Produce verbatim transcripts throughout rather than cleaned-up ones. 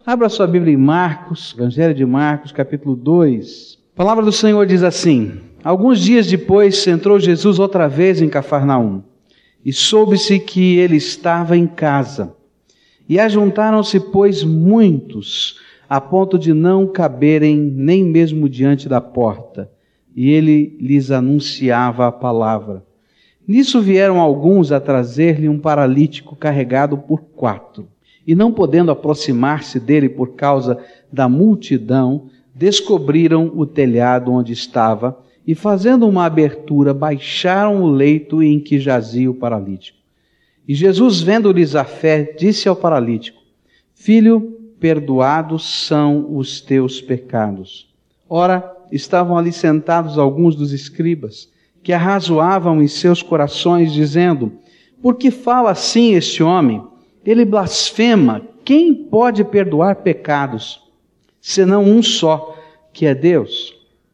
Abra sua Bíblia em Marcos, Evangelho de Marcos, capítulo dois. A palavra do Senhor diz assim: Alguns dias depois entrou Jesus outra vez em Cafarnaum, e soube-se que ele estava em casa. E ajuntaram-se, pois, muitos, a ponto de não caberem nem mesmo diante da porta, e ele lhes anunciava a palavra. Nisso vieram alguns a trazer-lhe um paralítico carregado por quatro. E não podendo aproximar-se dele por causa da multidão, descobriram o telhado onde estava e, fazendo uma abertura, baixaram o leito em que jazia o paralítico. E Jesus, vendo-lhes a fé, disse ao paralítico: Filho, perdoados são os teus pecados. Ora, estavam ali sentados alguns dos escribas, que arrazoavam em seus corações, dizendo: Por que fala assim este homem? Ele blasfema. Quem pode perdoar pecados, senão um só, que é Deus?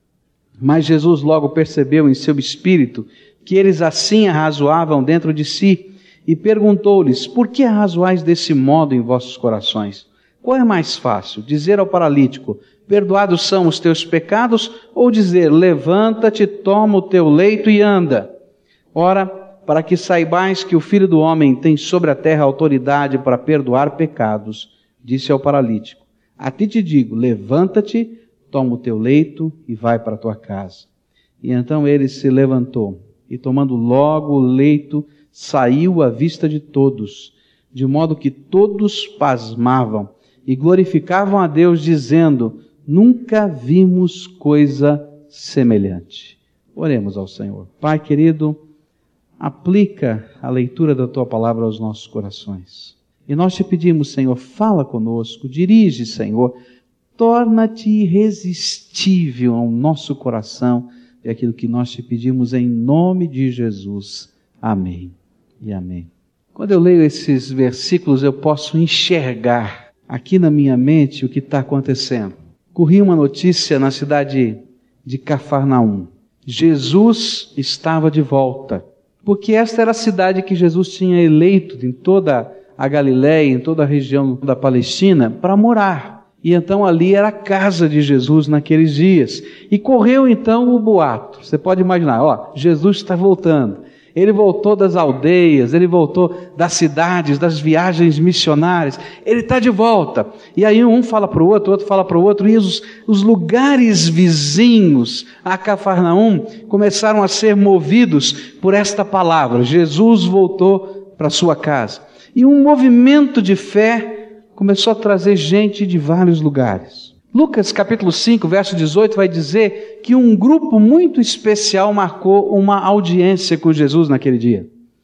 Mas Jesus logo percebeu em seu espírito que eles assim arrazoavam dentro de si, e perguntou-lhes: Por que arrazoais desse modo em vossos corações? Qual é mais fácil, dizer ao paralítico: Perdoados são os teus pecados, ou dizer: Levanta-te, toma o teu leito e anda? Ora, para que saibais que o Filho do Homem tem sobre a terra autoridade para perdoar pecados, disse ao paralítico: A ti te digo, levanta-te, toma o teu leito e vai para a tua casa. E então ele se levantou, e tomando logo o leito, saiu à vista de todos, de modo que todos pasmavam e glorificavam a Deus, dizendo: Nunca vimos coisa semelhante. Oremos ao Senhor. Pai querido, aplica a leitura da Tua Palavra aos nossos corações. E nós te pedimos, Senhor, fala conosco, dirige, Senhor, torna-te irresistível ao nosso coração, é aquilo que nós te pedimos em nome de Jesus. Amém e amém. Quando eu leio esses versículos, eu posso enxergar aqui na minha mente o que está acontecendo. Corri uma notícia na cidade de Cafarnaum. Jesus estava de volta. Porque esta era a cidade que Jesus tinha eleito em toda a Galiléia, em toda a região da Palestina, para morar. E então ali era a casa de Jesus naqueles dias. E correu então o boato. Você pode imaginar, ó, Jesus está voltando. Ele voltou das aldeias, ele voltou das cidades, das viagens missionárias. Ele está de volta. E aí um fala para o outro, o outro fala para o outro. E os, os lugares vizinhos a Cafarnaum começaram a ser movidos por esta palavra. Jesus voltou para sua casa. E um movimento de fé começou a trazer gente de vários lugares. Lucas capítulo cinco, verso dezoito vai dizer que um grupo muito especial marcou uma audiência com Jesus naquele dia.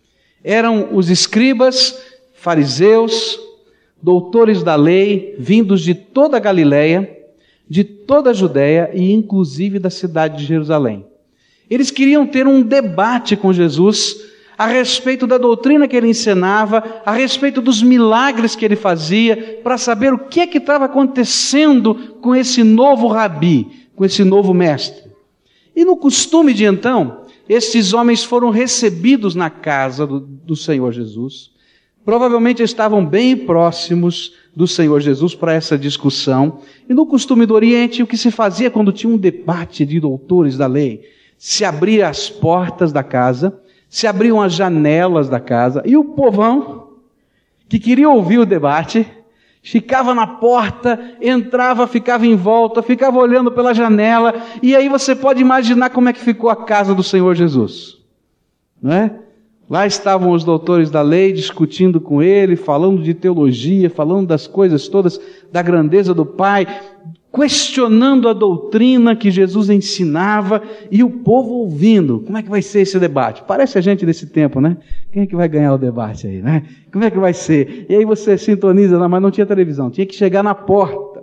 Eram os escribas, fariseus, doutores da lei, vindos de toda a Galiléia, de toda a Judéia e inclusive da cidade de Jerusalém. Eles queriam ter um debate com Jesus a respeito da doutrina que ele ensinava, a respeito dos milagres que ele fazia, para saber o que é que estava acontecendo com esse novo rabi, com esse novo mestre. E no costume de então, estes homens foram recebidos na casa do, do Senhor Jesus. Provavelmente estavam bem próximos do Senhor Jesus para essa discussão. E no costume do Oriente, o que se fazia quando tinha um debate de doutores da lei? Se abria as portas da casa, se abriam as janelas da casa, e o povão, que queria ouvir o debate, ficava na porta, entrava, ficava em volta, ficava olhando pela janela, e aí você pode imaginar como é que ficou a casa do Senhor Jesus, não é? Lá estavam os doutores da lei discutindo com ele, falando de teologia, falando das coisas todas, da grandeza do Pai, questionando a doutrina que Jesus ensinava, e o povo ouvindo. Como é que vai ser esse debate? Parece a gente desse tempo, né? Quem é que vai ganhar o debate aí, né? Como é que vai ser? E aí você sintoniza lá, mas não tinha televisão, tinha que chegar na porta.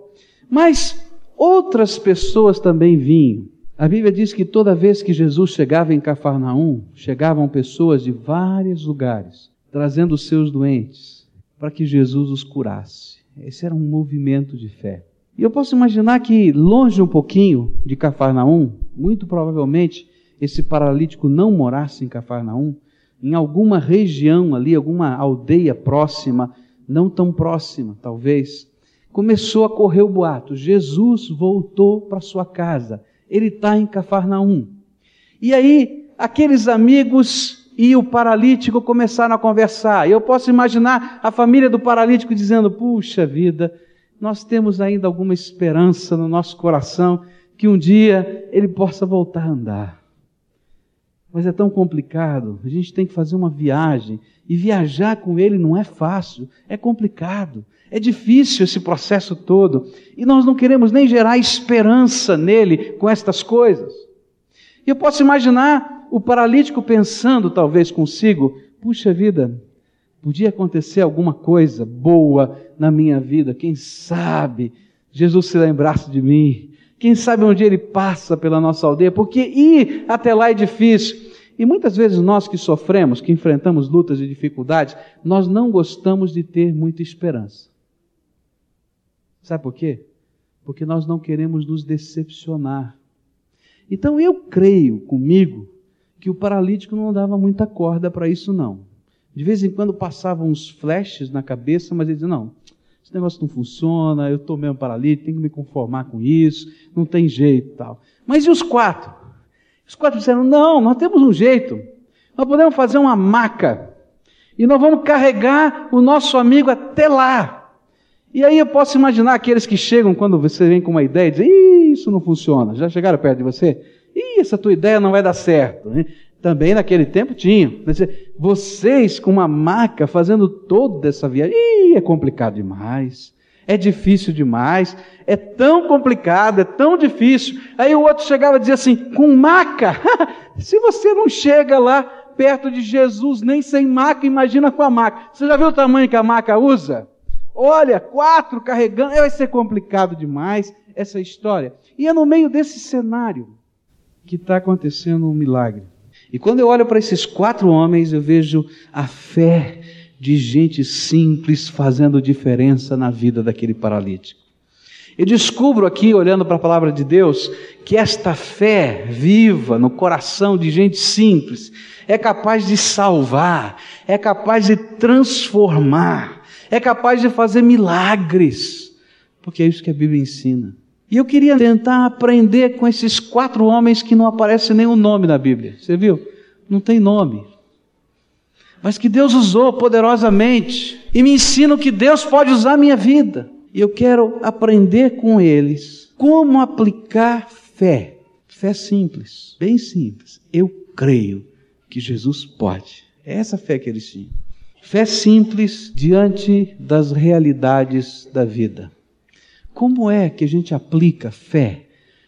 Mas outras pessoas também vinham. A Bíblia diz que toda vez que Jesus chegava em Cafarnaum, chegavam pessoas de vários lugares, trazendo os seus doentes, para que Jesus os curasse. Esse era um movimento de fé. E eu posso imaginar que, longe um pouquinho de Cafarnaum, muito provavelmente esse paralítico não morasse em Cafarnaum, em alguma região ali, alguma aldeia próxima, não tão próxima, talvez, começou a correr o boato. Jesus voltou para sua casa. Ele está em Cafarnaum. E aí, aqueles amigos e o paralítico começaram a conversar. E eu posso imaginar a família do paralítico dizendo: puxa vida, nós temos ainda alguma esperança no nosso coração que um dia ele possa voltar a andar. Mas é tão complicado, a gente tem que fazer uma viagem, e viajar com ele não é fácil, é complicado, é difícil esse processo todo, e nós não queremos nem gerar esperança nele com estas coisas. E eu posso imaginar o paralítico pensando talvez consigo: puxa vida, podia acontecer alguma coisa boa na minha vida, quem sabe Jesus se lembrasse de mim, quem sabe um dia ele passa pela nossa aldeia, porque ir até lá é difícil. E muitas vezes nós que sofremos, que enfrentamos lutas e dificuldades, nós não gostamos de ter muita esperança. Sabe por quê? Porque nós não queremos nos decepcionar. Então eu creio comigo que o paralítico não dava muita corda para isso não. De vez em quando passavam uns flashes na cabeça, mas ele dizia: não, esse negócio não funciona, eu estou mesmo paralítico, tenho que me conformar com isso, não tem jeito e tal. Mas e os quatro? Os quatro disseram: não, nós temos um jeito, nós podemos fazer uma maca, e nós vamos carregar o nosso amigo até lá. E aí eu posso imaginar aqueles que chegam quando você vem com uma ideia e dizem: ih, isso não funciona. Já chegaram perto de você? Ih, essa tua ideia não vai dar certo. Também naquele tempo tinha. Vocês com uma maca fazendo toda essa viagem, ih, é complicado demais, é difícil demais, é tão complicado, é tão difícil. Aí o outro chegava e dizia assim: com maca? Se você não chega lá perto de Jesus nem sem maca, imagina com a maca. Você já viu o tamanho que a maca usa? Olha, quatro carregando, vai ser complicado demais essa história. E é no meio desse cenário que está acontecendo um milagre. E quando eu olho para esses quatro homens, eu vejo a fé de gente simples fazendo diferença na vida daquele paralítico. Eu descubro aqui, olhando para a palavra de Deus, que esta fé viva no coração de gente simples é capaz de salvar, é capaz de transformar, é capaz de fazer milagres, porque é isso que a Bíblia ensina. E eu queria tentar aprender com esses quatro homens que não aparece nem o nome na Bíblia. Você viu? Não tem nome. Mas que Deus usou poderosamente e me ensina que Deus pode usar a minha vida. E eu quero aprender com eles como aplicar fé. Fé simples, bem simples. Eu creio que Jesus pode. É essa fé que eles tinham. Fé simples diante das realidades da vida. Como é que a gente aplica fé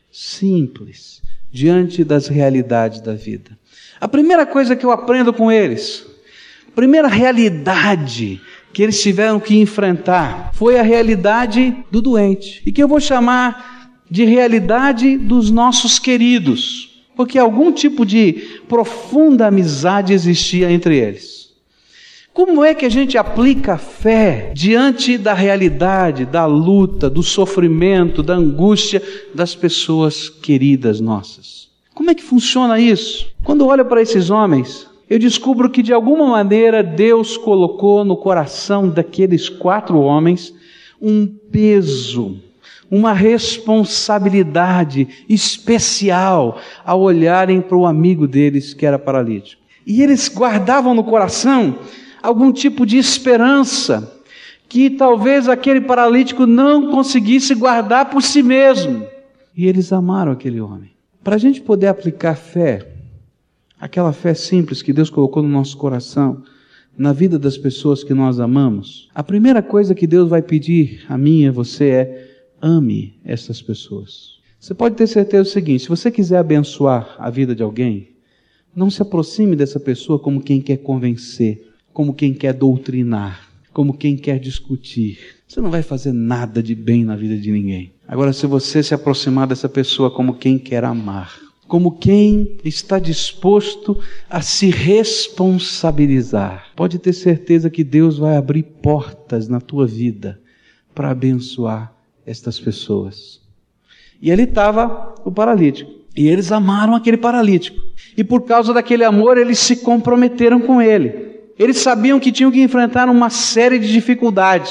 simples diante das realidades da vida? A primeira coisa que eu aprendo com eles, a primeira realidade que eles tiveram que enfrentar foi a realidade do doente, e que eu vou chamar de realidade dos nossos queridos, porque algum tipo de profunda amizade existia entre eles. Como é que a gente aplica a fé diante da realidade, da luta, do sofrimento, da angústia das pessoas queridas nossas? Como é que funciona isso? Quando eu olho para esses homens, eu descubro que de alguma maneira Deus colocou no coração daqueles quatro homens um peso, uma responsabilidade especial ao olharem para o amigo deles que era paralítico. E eles guardavam no coração algum tipo de esperança que talvez aquele paralítico não conseguisse guardar por si mesmo. E eles amaram aquele homem. Para a gente poder aplicar fé, aquela fé simples que Deus colocou no nosso coração, na vida das pessoas que nós amamos, a primeira coisa que Deus vai pedir a mim e a você é: ame essas pessoas. Você pode ter certeza do seguinte: se você quiser abençoar a vida de alguém, não se aproxime dessa pessoa como quem quer convencer, como quem quer doutrinar, como quem quer discutir. Você não vai fazer nada de bem na vida de ninguém. Agora, se você se aproximar dessa pessoa como quem quer amar, como quem está disposto a se responsabilizar, pode ter certeza que Deus vai abrir portas na tua vida para abençoar estas pessoas. E ali estava o paralítico. E eles amaram aquele paralítico. E por causa daquele amor, eles se comprometeram com ele. Eles sabiam que tinham que enfrentar uma série de dificuldades.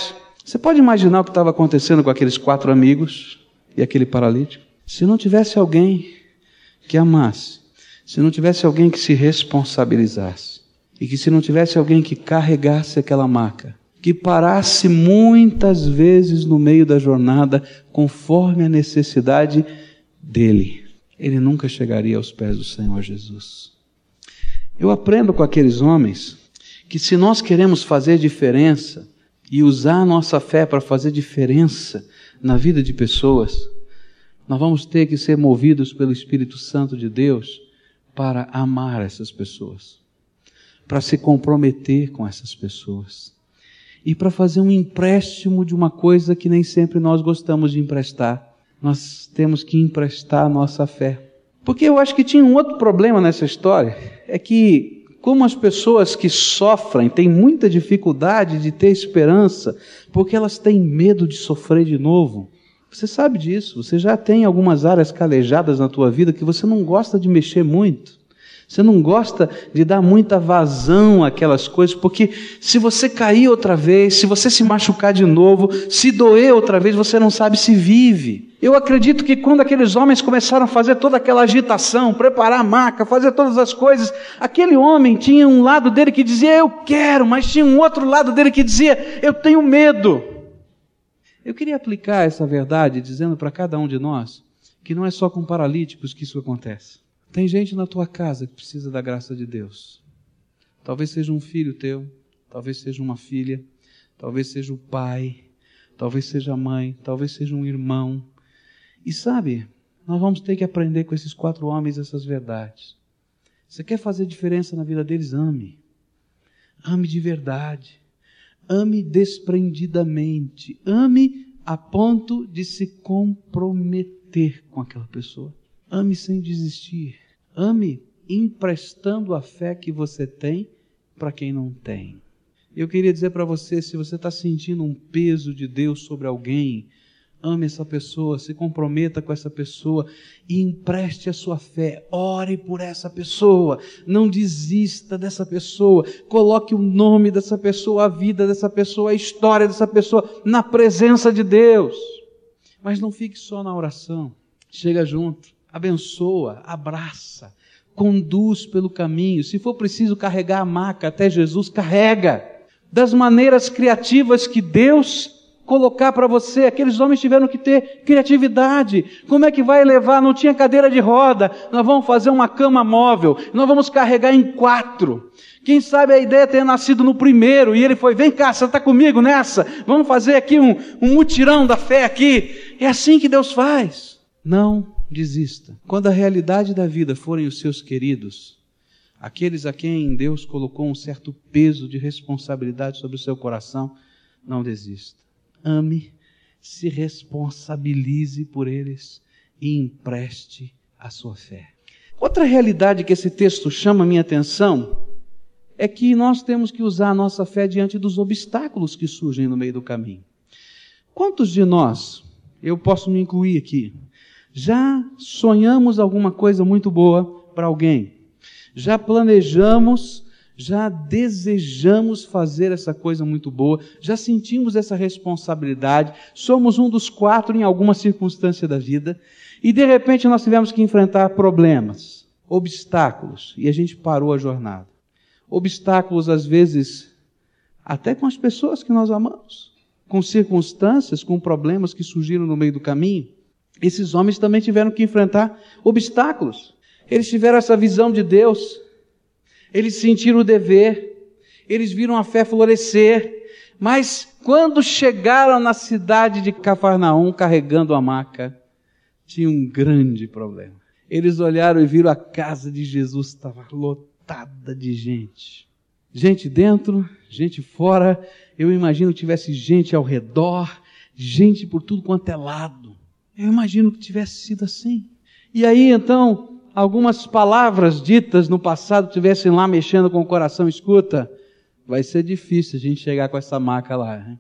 Você pode imaginar o que estava acontecendo com aqueles quatro amigos e aquele paralítico? Se não tivesse alguém que amasse, se não tivesse alguém que se responsabilizasse, e que se não tivesse alguém que carregasse aquela maca, que parasse muitas vezes no meio da jornada, conforme a necessidade dele, ele nunca chegaria aos pés do Senhor Jesus. Eu aprendo com aqueles homens que se nós queremos fazer diferença e usar a nossa fé para fazer diferença na vida de pessoas, nós vamos ter que ser movidos pelo Espírito Santo de Deus para amar essas pessoas, para se comprometer com essas pessoas e para fazer um empréstimo de uma coisa que nem sempre nós gostamos de emprestar. Nós temos que emprestar a nossa fé. Porque eu acho que tinha um outro problema nessa história, é que como as pessoas que sofrem têm muita dificuldade de ter esperança, porque elas têm medo de sofrer de novo. Você sabe disso, você já tem algumas áreas calejadas na tua vida que você não gosta de mexer muito. Você não gosta de dar muita vazão àquelas coisas, porque se você cair outra vez, se você se machucar de novo, se doer outra vez, você não sabe se vive. Eu acredito que quando aqueles homens começaram a fazer toda aquela agitação, preparar a maca, fazer todas as coisas, aquele homem tinha um lado dele que dizia, eu quero, mas tinha um outro lado dele que dizia, eu tenho medo. Eu queria aplicar essa verdade dizendo para cada um de nós que não é só com paralíticos que isso acontece. Tem gente na tua casa que precisa da graça de Deus. Talvez seja um filho teu, talvez seja uma filha, talvez seja o pai, talvez seja a mãe, talvez seja um irmão. E sabe, nós vamos ter que aprender com esses quatro homens essas verdades. Você quer fazer diferença na vida deles? Ame. Ame de verdade. Ame desprendidamente. Ame a ponto de se comprometer com aquela pessoa. Ame sem desistir. Ame emprestando a fé que você tem para quem não tem. Eu queria dizer para você, se você está sentindo um peso de Deus sobre alguém, ame essa pessoa, se comprometa com essa pessoa e empreste a sua fé. Ore por essa pessoa, não desista dessa pessoa, coloque o nome dessa pessoa, a vida dessa pessoa, a história dessa pessoa na presença de Deus. Mas não fique só na oração, chega junto. Abençoa, abraça, conduz pelo caminho. Se for preciso carregar a maca até Jesus, carrega. Das maneiras criativas que Deus colocar para você. Aqueles homens tiveram que ter criatividade. Como é que vai levar? Não tinha cadeira de roda. Nós vamos fazer uma cama móvel. Nós vamos carregar em quatro. Quem sabe a ideia tenha nascido no primeiro. E ele foi, vem cá, você está comigo nessa? Vamos fazer aqui um, um mutirão da fé aqui. É assim que Deus faz. Não desista. Quando a realidade da vida forem os seus queridos, aqueles a quem Deus colocou um certo peso de responsabilidade sobre o seu coração, não desista. Ame, se responsabilize por eles e empreste a sua fé. Outra realidade que esse texto chama a minha atenção é que nós temos que usar a nossa fé diante dos obstáculos que surgem no meio do caminho. Quantos de nós, eu posso me incluir aqui, já sonhamos alguma coisa muito boa para alguém? Já planejamos, já desejamos fazer essa coisa muito boa, já sentimos essa responsabilidade, somos um dos quatro em alguma circunstância da vida, e de repente nós tivemos que enfrentar problemas, obstáculos, e a gente parou a jornada. Obstáculos, às vezes, até com as pessoas que nós amamos, com circunstâncias, com problemas que surgiram no meio do caminho. Esses homens também tiveram que enfrentar obstáculos. Eles tiveram essa visão de Deus. Eles sentiram o dever. Eles viram a fé florescer. Mas quando chegaram na cidade de Cafarnaum carregando a maca, tinha um grande problema. Eles olharam e viram a casa de Jesus estava lotada de gente. Gente dentro, gente fora. Eu imagino que tivesse gente ao redor, gente por tudo quanto é lado. Eu imagino que tivesse sido assim. E aí, então, algumas palavras ditas no passado estivessem lá mexendo com o coração. Escuta, vai ser difícil a gente chegar com essa maca lá. Né?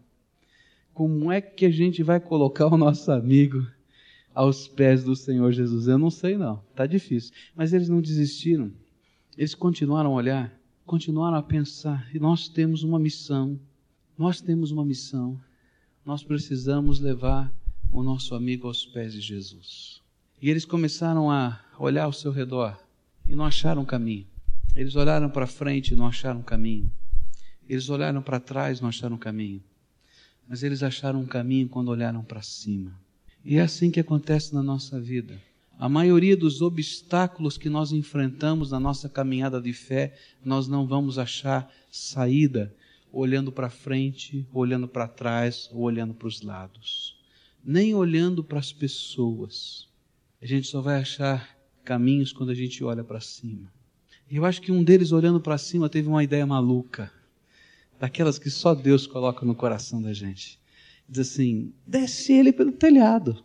Como é que a gente vai colocar o nosso amigo aos pés do Senhor Jesus? Eu não sei não, está difícil. Mas eles não desistiram. Eles continuaram a olhar, continuaram a pensar. E nós temos uma missão. Nós temos uma missão. nós precisamos levar o nosso amigo aos pés de Jesus. E eles começaram a olhar ao seu redor e não acharam caminho. Eles olharam para frente e não acharam caminho. Eles olharam para trás e não acharam caminho. Mas eles acharam um caminho quando olharam para cima. E é assim que acontece na nossa vida. A maioria dos obstáculos que nós enfrentamos na nossa caminhada de fé, nós não vamos achar saída olhando para frente, olhando para trás ou olhando para os lados. Nem olhando para as pessoas. A gente só vai achar caminhos quando a gente olha para cima. E eu acho que um deles, olhando para cima, teve uma ideia maluca. Daquelas que só Deus coloca no coração da gente. Diz assim, desce ele pelo telhado.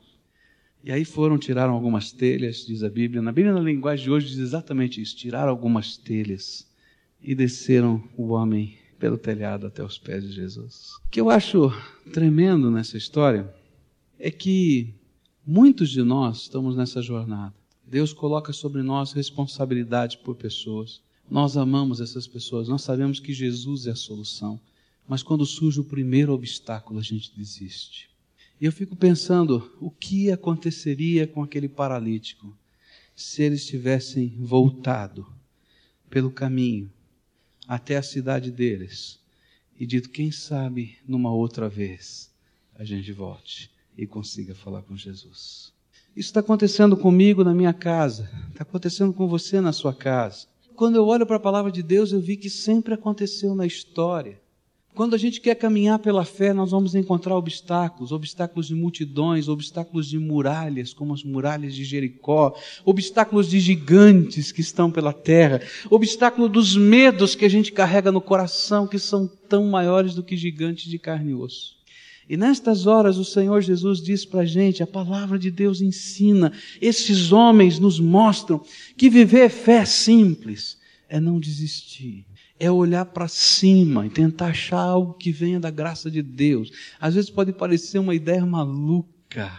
E aí foram, tiraram algumas telhas, diz a Bíblia. Na Bíblia, na linguagem de hoje, diz exatamente isso. Tiraram algumas telhas e desceram o homem pelo telhado até os pés de Jesus. O que eu acho tremendo nessa história é que muitos de nós estamos nessa jornada. Deus coloca sobre nós responsabilidade por pessoas. Nós amamos essas pessoas, nós sabemos que Jesus é a solução. Mas quando surge o primeiro obstáculo, a gente desiste. E eu fico pensando, o que aconteceria com aquele paralítico se eles tivessem voltado pelo caminho até a cidade deles e dito, quem sabe, numa outra vez, a gente volte e consiga falar com Jesus. Isso está acontecendo comigo na minha casa, está acontecendo com você na sua casa. Quando eu olho para a palavra de Deus, eu vi que sempre aconteceu na história. Quando a gente quer caminhar pela fé, nós vamos encontrar obstáculos, obstáculos de multidões, obstáculos de muralhas, como as muralhas de Jericó, obstáculos de gigantes que estão pela terra, obstáculo dos medos que a gente carrega no coração, que são tão maiores do que gigantes de carne e osso. E nestas horas o Senhor Jesus diz para a gente, a palavra de Deus ensina, esses homens nos mostram que viver fé simples é não desistir. É olhar para cima e tentar achar algo que venha da graça de Deus. Às vezes pode parecer uma ideia maluca,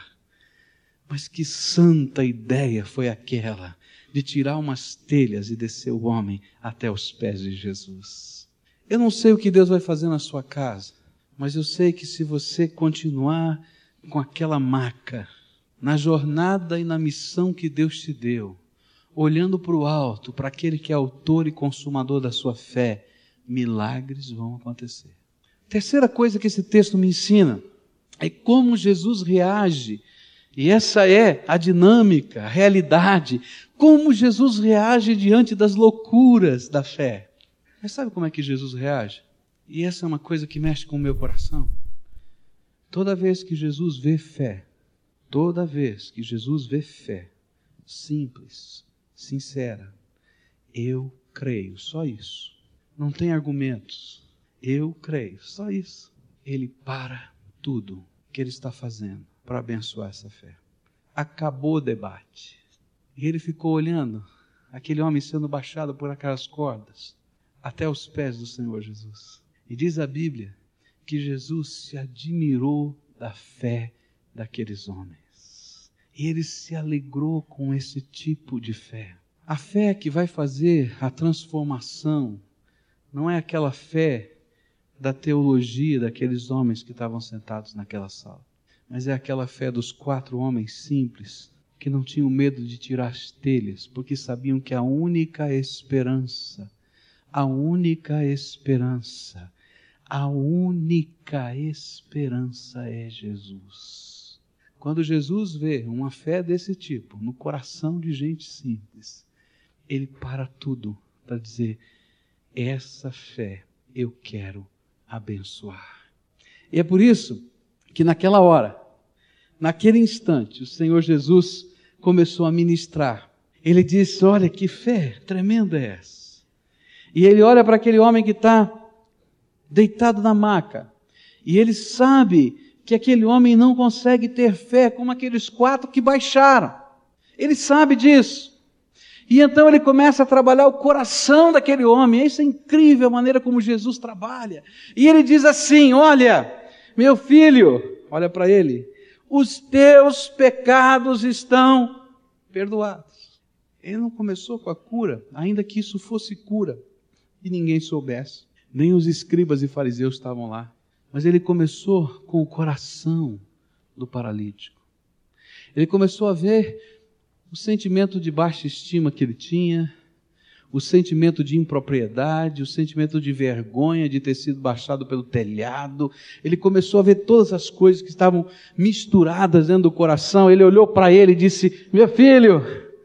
mas que santa ideia foi aquela de tirar umas telhas e descer o homem até os pés de Jesus. Eu não sei o que Deus vai fazer na sua casa, mas eu sei que se você continuar com aquela maca, na jornada e na missão que Deus te deu, olhando para o alto, para aquele que é autor e consumador da sua fé, milagres vão acontecer. Terceira coisa que esse texto me ensina é como Jesus reage, e essa é a dinâmica, a realidade, como Jesus reage diante das loucuras da fé. Mas sabe como é que Jesus reage? E essa é uma coisa que mexe com o meu coração. Toda vez que Jesus vê fé, toda vez que Jesus vê fé, simples, sincera, eu creio, só isso. Não tem argumentos. Eu creio, só isso. Ele para tudo que ele está fazendo para abençoar essa fé. Acabou o debate. E ele ficou olhando aquele homem sendo baixado por aquelas cordas até os pés do Senhor Jesus. E diz a Bíblia que Jesus se admirou da fé daqueles homens. E ele se alegrou com esse tipo de fé. A fé que vai fazer a transformação não é aquela fé da teologia daqueles homens que estavam sentados naquela sala, mas é aquela fé dos quatro homens simples que não tinham medo de tirar as telhas, porque sabiam que a única esperança, a única esperança, a única esperança é Jesus. Quando Jesus vê uma fé desse tipo no coração de gente simples, ele para tudo para dizer, essa fé eu quero abençoar. E é por isso que naquela hora, naquele instante, o Senhor Jesus começou a ministrar. Ele disse, olha que fé tremenda é essa. E ele olha para aquele homem que está deitado na maca, e ele sabe que aquele homem não consegue ter fé como aqueles quatro que baixaram. Ele sabe disso. E então ele começa a trabalhar o coração daquele homem. Isso é incrível a maneira como Jesus trabalha. E ele diz assim, olha, meu filho, olha para ele, os teus pecados estão perdoados. Ele não começou com a cura, ainda que isso fosse cura, e ninguém soubesse. Nem os escribas e fariseus estavam lá. Mas ele começou com o coração do paralítico. Ele começou a ver o sentimento de baixa estima que ele tinha, o sentimento de impropriedade, o sentimento de vergonha de ter sido baixado pelo telhado. Ele começou a ver todas as coisas que estavam misturadas dentro do coração. Ele olhou para ele e disse: meu filho,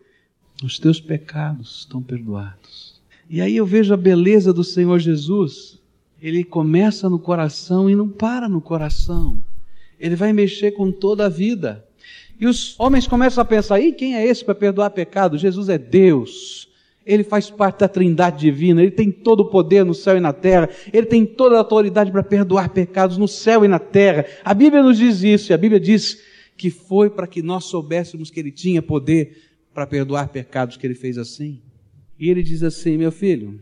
os teus pecados estão perdoados. E aí eu vejo a beleza do Senhor Jesus. Ele começa no coração e não para no coração. Ele vai mexer com toda a vida. E os homens começam a pensar: e quem é esse para perdoar pecado? Jesus é Deus. Ele faz parte da Trindade divina, Ele tem todo o poder no céu e na terra, Ele tem toda a autoridade para perdoar pecados no céu e na terra. A Bíblia nos diz isso, e a Bíblia diz que foi para que nós soubéssemos que Ele tinha poder para perdoar pecados que Ele fez assim. E Ele diz assim: meu filho,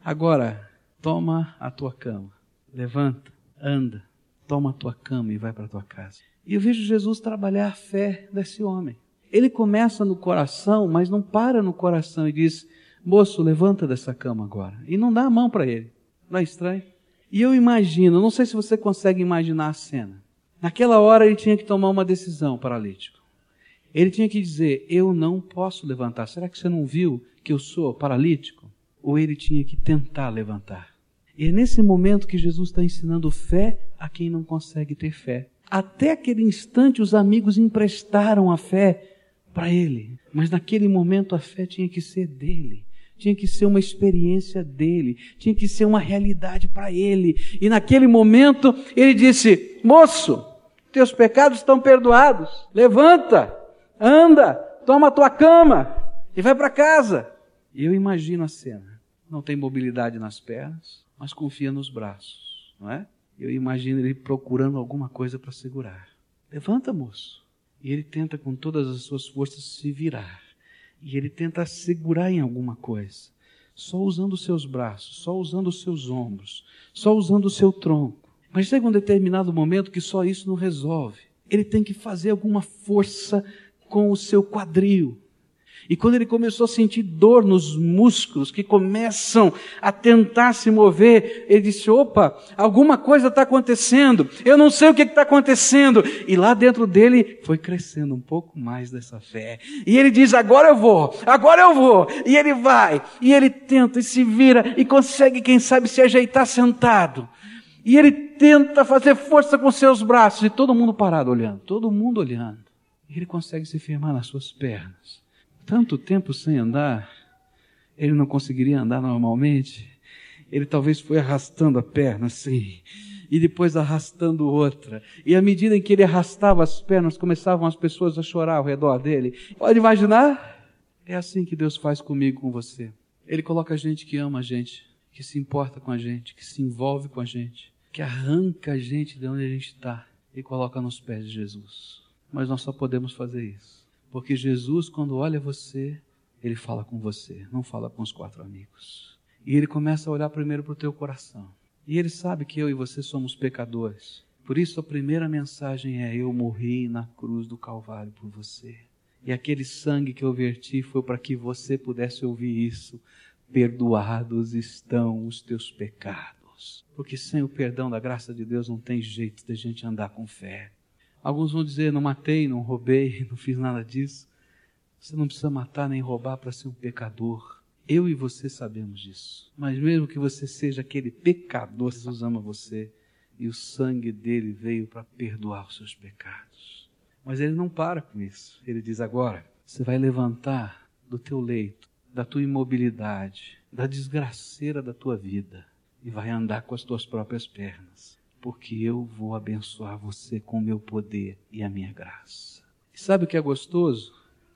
agora toma a tua cama, levanta, anda, toma a tua cama e vai para a tua casa. E eu vejo Jesus trabalhar a fé desse homem. Ele começa no coração, mas não para no coração e diz: moço, levanta dessa cama agora. E não dá a mão para ele. Não é estranho? E eu imagino, não sei se você consegue imaginar a cena. Naquela hora ele tinha que tomar uma decisão, paralítico. Ele tinha que dizer: eu não posso levantar. Será que você não viu que eu sou paralítico? Ou ele tinha que tentar levantar. E é nesse momento que Jesus está ensinando fé a quem não consegue ter fé. Até aquele instante os amigos emprestaram a fé para ele. Mas naquele momento a fé tinha que ser dele. Tinha que ser uma experiência dele. Tinha que ser uma realidade para ele. E naquele momento ele disse: moço, teus pecados estão perdoados. Levanta, anda, toma a tua cama e vai para casa. E eu imagino a cena. Não tem mobilidade nas pernas, mas confia nos braços, não é? Eu imagino ele procurando alguma coisa para segurar. Levanta, moço. E ele tenta com todas as suas forças se virar. E ele tenta segurar em alguma coisa. Só usando os seus braços, só usando os seus ombros, só usando o seu tronco. Mas chega um determinado momento que só isso não resolve. Ele tem que fazer alguma força com o seu quadril. E quando ele começou a sentir dor nos músculos que começam a tentar se mover, ele disse: opa, alguma coisa está acontecendo, eu não sei o que está acontecendo. E lá dentro dele foi crescendo um pouco mais dessa fé. E ele diz: agora eu vou, agora eu vou. E ele vai, e ele tenta e se vira e consegue, quem sabe, se ajeitar sentado. E ele tenta fazer força com seus braços e todo mundo parado olhando, todo mundo olhando. E ele consegue se firmar nas suas pernas. Tanto tempo sem andar, ele não conseguiria andar normalmente. Ele talvez foi arrastando a perna assim, e depois arrastando outra. E à medida em que ele arrastava as pernas, começavam as pessoas a chorar ao redor dele. Pode imaginar? É assim que Deus faz comigo, com você. Ele coloca gente que ama a gente, que se importa com a gente, que se envolve com a gente, que arranca a gente de onde a gente está e coloca nos pés de Jesus. Mas nós só podemos fazer isso porque Jesus, quando olha você, Ele fala com você, não fala com os quatro amigos. E Ele começa a olhar primeiro para o teu coração. E Ele sabe que eu e você somos pecadores. Por isso a primeira mensagem é: eu morri na cruz do Calvário por você. E aquele sangue que eu verti foi para que você pudesse ouvir isso: perdoados estão os teus pecados. Porque sem o perdão da graça de Deus não tem jeito de a gente andar com fé. Alguns vão dizer: não matei, não roubei, não fiz nada disso. Você não precisa matar nem roubar para ser um pecador. Eu e você sabemos disso. Mas mesmo que você seja aquele pecador, Jesus ama você. E o sangue dele veio para perdoar os seus pecados. Mas ele não para com isso. Ele diz: agora, você vai levantar do teu leito, da tua imobilidade, da desgraceira da tua vida, e vai andar com as tuas próprias pernas. Porque eu vou abençoar você com o meu poder e a minha graça. E sabe o que é gostoso?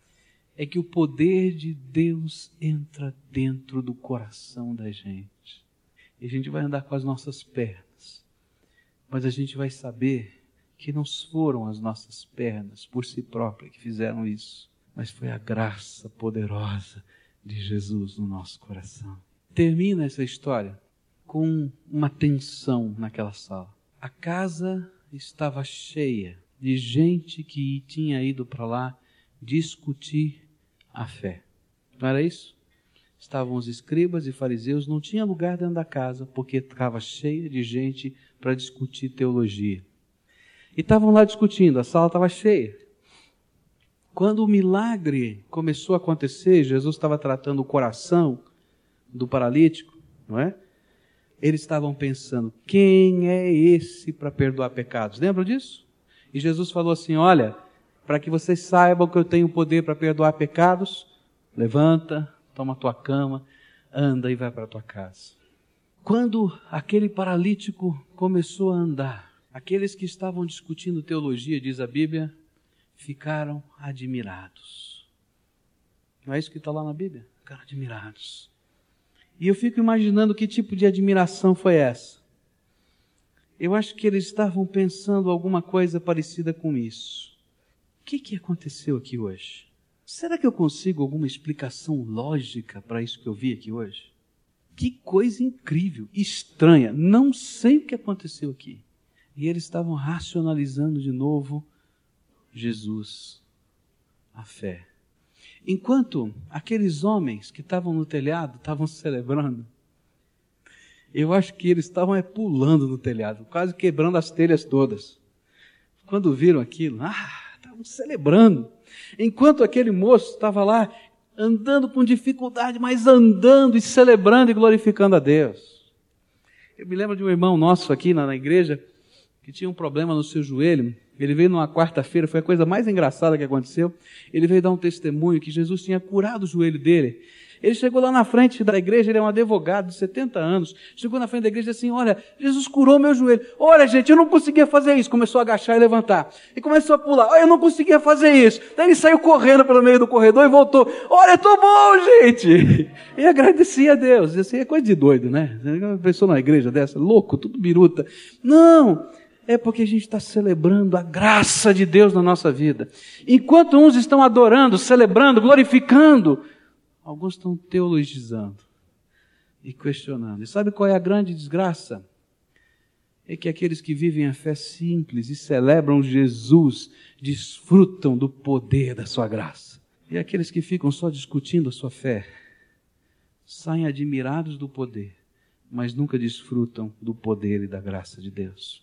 É que o poder de Deus entra dentro do coração da gente. E a gente vai andar com as nossas pernas. Mas a gente vai saber que não foram as nossas pernas por si próprias que fizeram isso. Mas foi a graça poderosa de Jesus no nosso coração. Termina essa história com uma tensão naquela sala. A casa estava cheia de gente que tinha ido para lá discutir a fé. Não era isso? Estavam os escribas e fariseus, não tinha lugar dentro da casa, porque estava cheia de gente para discutir teologia. E estavam lá discutindo, a sala estava cheia. Quando o milagre começou a acontecer, Jesus estava tratando o coração do paralítico, não é? Eles estavam pensando, quem é esse para perdoar pecados? Lembram disso? E Jesus falou assim, olha, para que vocês saibam que eu tenho poder para perdoar pecados, levanta, toma a tua cama, anda e vai para a tua casa. Quando aquele paralítico começou a andar, aqueles que estavam discutindo teologia, diz a Bíblia, ficaram admirados. Não é isso que está lá na Bíblia? Ficaram admirados. E eu fico imaginando que tipo de admiração foi essa. Eu acho que eles estavam pensando alguma coisa parecida com isso. O que, que aconteceu aqui hoje? Será que eu consigo alguma explicação lógica para isso que eu vi aqui hoje? Que coisa incrível, estranha, não sei o que aconteceu aqui. E eles estavam racionalizando de novo Jesus, a fé. Enquanto aqueles homens que estavam no telhado estavam celebrando, eu acho que eles estavam é, pulando no telhado, quase quebrando as telhas todas. Quando viram aquilo, ah, estavam celebrando. Enquanto aquele moço estava lá, andando com dificuldade, mas andando e celebrando e glorificando a Deus. Eu me lembro de um irmão nosso aqui na, na igreja, que tinha um problema no seu joelho. Ele veio numa quarta-feira, foi a coisa mais engraçada que aconteceu. Ele veio dar um testemunho que Jesus tinha curado o joelho dele. Ele chegou lá na frente da igreja, ele é um advogado de setenta anos, chegou na frente da igreja e disse assim, olha, Jesus curou meu joelho. Olha, gente, eu não conseguia fazer isso. Começou a agachar e levantar. E começou a pular. Olha, eu não conseguia fazer isso. Daí ele saiu correndo pelo meio do corredor e voltou. Olha, eu estou bom, gente. E agradecia a Deus. Isso é coisa de doido, né? Uma pessoa na igreja dessa, louco, tudo biruta. Não, é porque a gente está celebrando a graça de Deus na nossa vida. Enquanto uns estão adorando, celebrando, glorificando, alguns estão teologizando e questionando. E sabe qual é a grande desgraça? É que aqueles que vivem a fé simples e celebram Jesus, desfrutam do poder da sua graça. E aqueles que ficam só discutindo a sua fé, saem admirados do poder, mas nunca desfrutam do poder e da graça de Deus.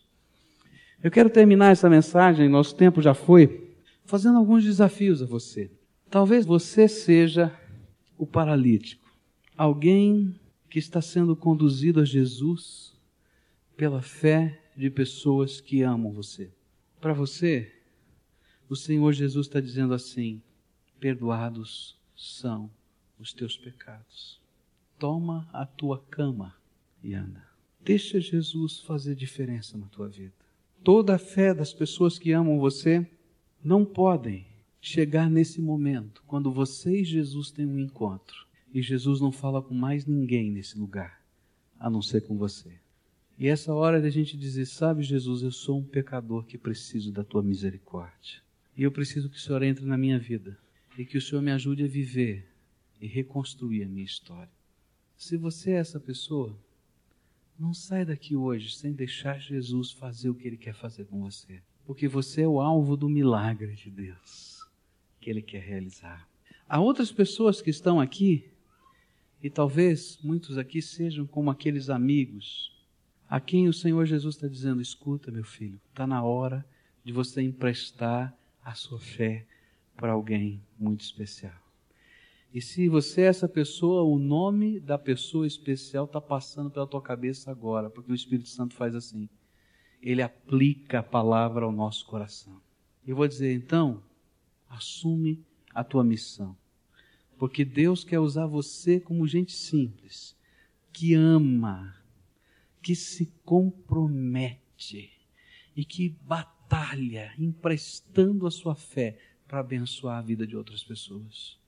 Eu quero terminar essa mensagem, nosso tempo já foi, fazendo alguns desafios a você. Talvez você seja o paralítico, alguém que está sendo conduzido a Jesus pela fé de pessoas que amam você. Para você, o Senhor Jesus está dizendo assim, perdoados são os teus pecados. Toma a tua cama e anda. Deixa Jesus fazer diferença na tua vida. Toda a fé das pessoas que amam você não podem chegar nesse momento, quando você e Jesus têm um encontro, e Jesus não fala com mais ninguém nesse lugar, a não ser com você. E essa hora é da gente dizer, sabe Jesus, eu sou um pecador que preciso da tua misericórdia. E eu preciso que o Senhor entre na minha vida, e que o Senhor me ajude a viver e reconstruir a minha história. Se você é essa pessoa, não sai daqui hoje sem deixar Jesus fazer o que Ele quer fazer com você. Porque você é o alvo do milagre de Deus que Ele quer realizar. Há outras pessoas que estão aqui, e talvez muitos aqui sejam como aqueles amigos, a quem o Senhor Jesus está dizendo, escuta meu filho, está na hora de você emprestar a sua fé para alguém muito especial. E se você é essa pessoa, o nome da pessoa especial está passando pela tua cabeça agora, porque o Espírito Santo faz assim. Ele aplica a palavra ao nosso coração. Eu vou dizer, então, assume a tua missão. Porque Deus quer usar você como gente simples, que ama, que se compromete e que batalha, emprestando a sua fé para abençoar a vida de outras pessoas.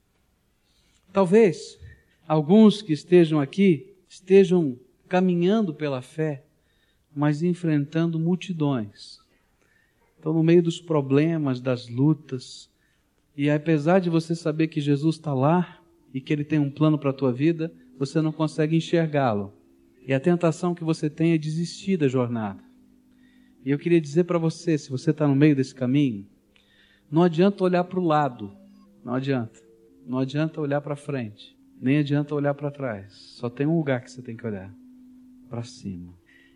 Talvez alguns que estejam aqui estejam caminhando pela fé, mas enfrentando multidões. Estão no meio dos problemas, das lutas. E apesar de você saber que Jesus está lá e que Ele tem um plano para a tua vida, você não consegue enxergá-lo. E a tentação que você tem é desistir da jornada. E eu queria dizer para você, se você está no meio desse caminho, não adianta olhar para o lado. Não adianta. Não adianta olhar para frente, nem adianta olhar para trás. Só tem um lugar que você tem que olhar, para cima.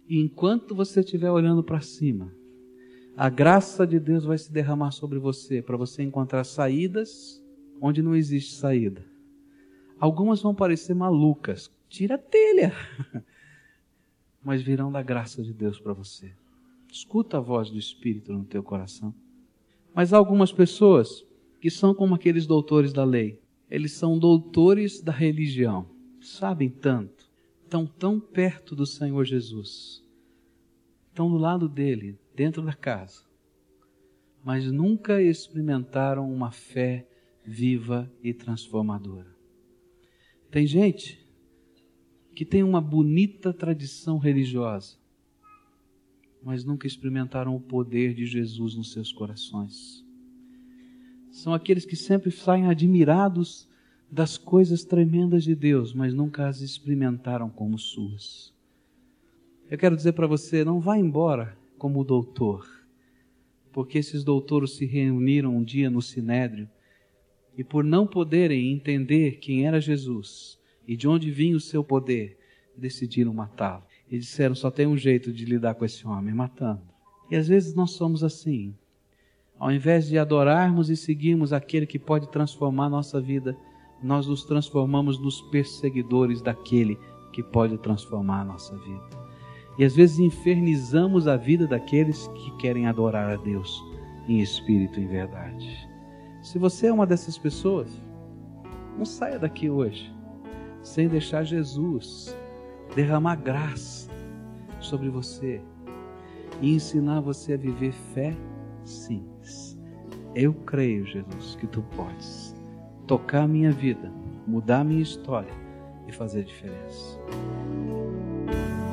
E enquanto você estiver olhando para cima, a graça de Deus vai se derramar sobre você, para você encontrar saídas onde não existe saída. Algumas vão parecer malucas, tira a telha, mas virão da graça de Deus para você. Escuta a voz do Espírito no teu coração. Mas há algumas pessoas que são como aqueles doutores da lei. Eles são doutores da religião, sabem tanto, estão tão perto do Senhor Jesus, estão do lado dele, dentro da casa, mas nunca experimentaram uma fé viva e transformadora. Tem gente que tem uma bonita tradição religiosa, mas nunca experimentaram o poder de Jesus nos seus corações. São aqueles que sempre saem admirados das coisas tremendas de Deus, mas nunca as experimentaram como suas. Eu quero dizer para você, não vá embora como doutor, porque esses doutores se reuniram um dia no Sinédrio e por não poderem entender quem era Jesus e de onde vinha o seu poder, decidiram matá-lo. E disseram, só tem um jeito de lidar com esse homem, matando. E às vezes nós somos assim. Ao invés de adorarmos e seguirmos aquele que pode transformar a nossa vida, nós nos transformamos nos perseguidores daquele que pode transformar a nossa vida. E às vezes infernizamos a vida daqueles que querem adorar a Deus em espírito e em verdade. Se você é uma dessas pessoas, não saia daqui hoje sem deixar Jesus derramar graça sobre você e ensinar você a viver fé simples. Eu creio, Jesus, que Tu podes tocar a minha vida, mudar a minha história e fazer diferença.